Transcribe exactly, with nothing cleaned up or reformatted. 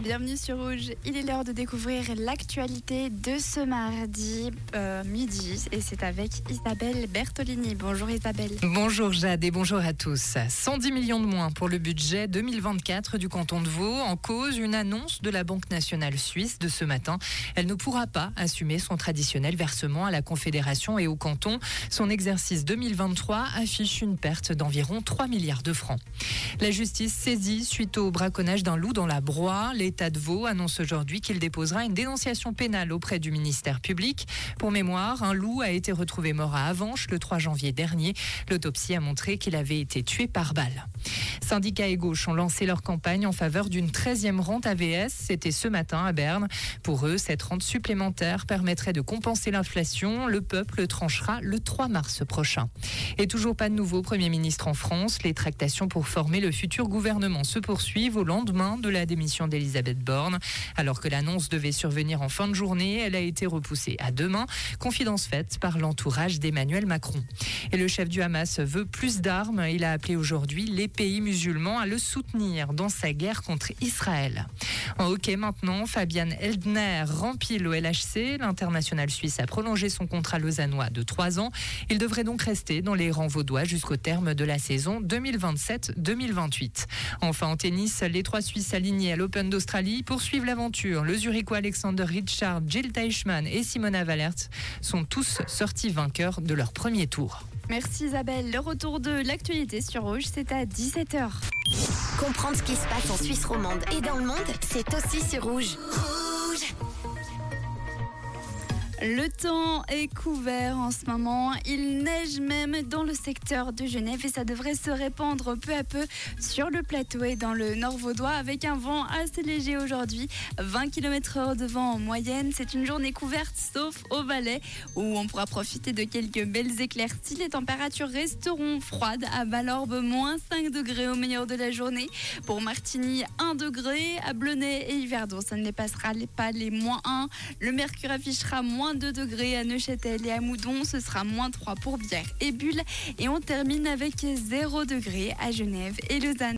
bienvenue sur Rouge. Il est l'heure de découvrir l'actualité de ce mardi euh, midi et c'est avec Isabelle Bertolini. Bonjour Isabelle. Bonjour Jade et bonjour à tous. cent dix millions de moins pour le budget deux mille vingt-quatre du canton de Vaud. En cause, une annonce de la Banque nationale suisse de ce matin. Elle ne pourra pas assumer son traditionnel versement à la Confédération et au canton. Son exercice deux mille vingt-trois affiche une perte d'environ trois milliards de francs. La justice saisie suite au braconnage d'un loup dans la Broye. L'État de Vaud annonce aujourd'hui qu'il déposera une dénonciation pénale auprès du ministère public. Pour mémoire, un loup a été retrouvé mort à Avenches le trois janvier dernier. L'autopsie a montré qu'il avait été tué par balle. Syndicats et gauche ont lancé leur campagne en faveur d'une treizième rente A V S. C'était ce matin à Berne. Pour eux, cette rente supplémentaire permettrait de compenser l'inflation. Le peuple tranchera le trois mars prochain. Et toujours pas de nouveau Premier ministre en France. Les tractations pour former le futur gouvernement se poursuivent au lendemain de la démission d'Elisabeth Borne. Alors que l'annonce devait survenir en fin de journée, elle a été repoussée à demain. Confidence faite par l'entourage d'Emmanuel Macron. Et le chef du Hamas veut plus d'armes. Il a appelé aujourd'hui les pays musulmans à le soutenir dans sa guerre contre Israël. En hockey maintenant, Fabian Eldner rempile au L H C. L'international suisse a prolongé son contrat lausannois de trois ans. Il devrait donc rester dans les rangs vaudois jusqu'au terme de la saison deux mille vingt-sept deux mille vingt-huit. Enfin en tennis, les trois Suisses alignés à l'Open d'Australie poursuivent l'aventure. Le Zurichois Alexander Ritschard, Jill Teichmann et Simona Valert sont tous sortis vainqueurs de leur premier tour. Merci Isabelle. Le retour de l'actualité sur Rouge, c'est à dix-sept heures. Comprendre ce qui se passe en Suisse romande et dans le monde, c'est aussi sur Rouge. Rouge. Le temps est couvert en ce moment. Il neige même dans le secteur de Genève et ça devrait se répandre peu à peu sur le plateau et dans le nord vaudois avec un vent assez léger aujourd'hui. vingt kilomètres heure de vent en moyenne. C'est une journée couverte sauf au Valais où on pourra profiter de quelques belles éclaircies. Les températures resteront froides à Valorbe, moins cinq degrés au meilleur de la journée. Pour Martigny, un degré. À Blonay et Yverdon, ça ne dépassera pas les moins un. Le mercure affichera moins deux degrés à Neuchâtel et à Moudon, ce sera moins trois pour Bière et Bulle et on termine avec zéro degré à Genève et Lausanne.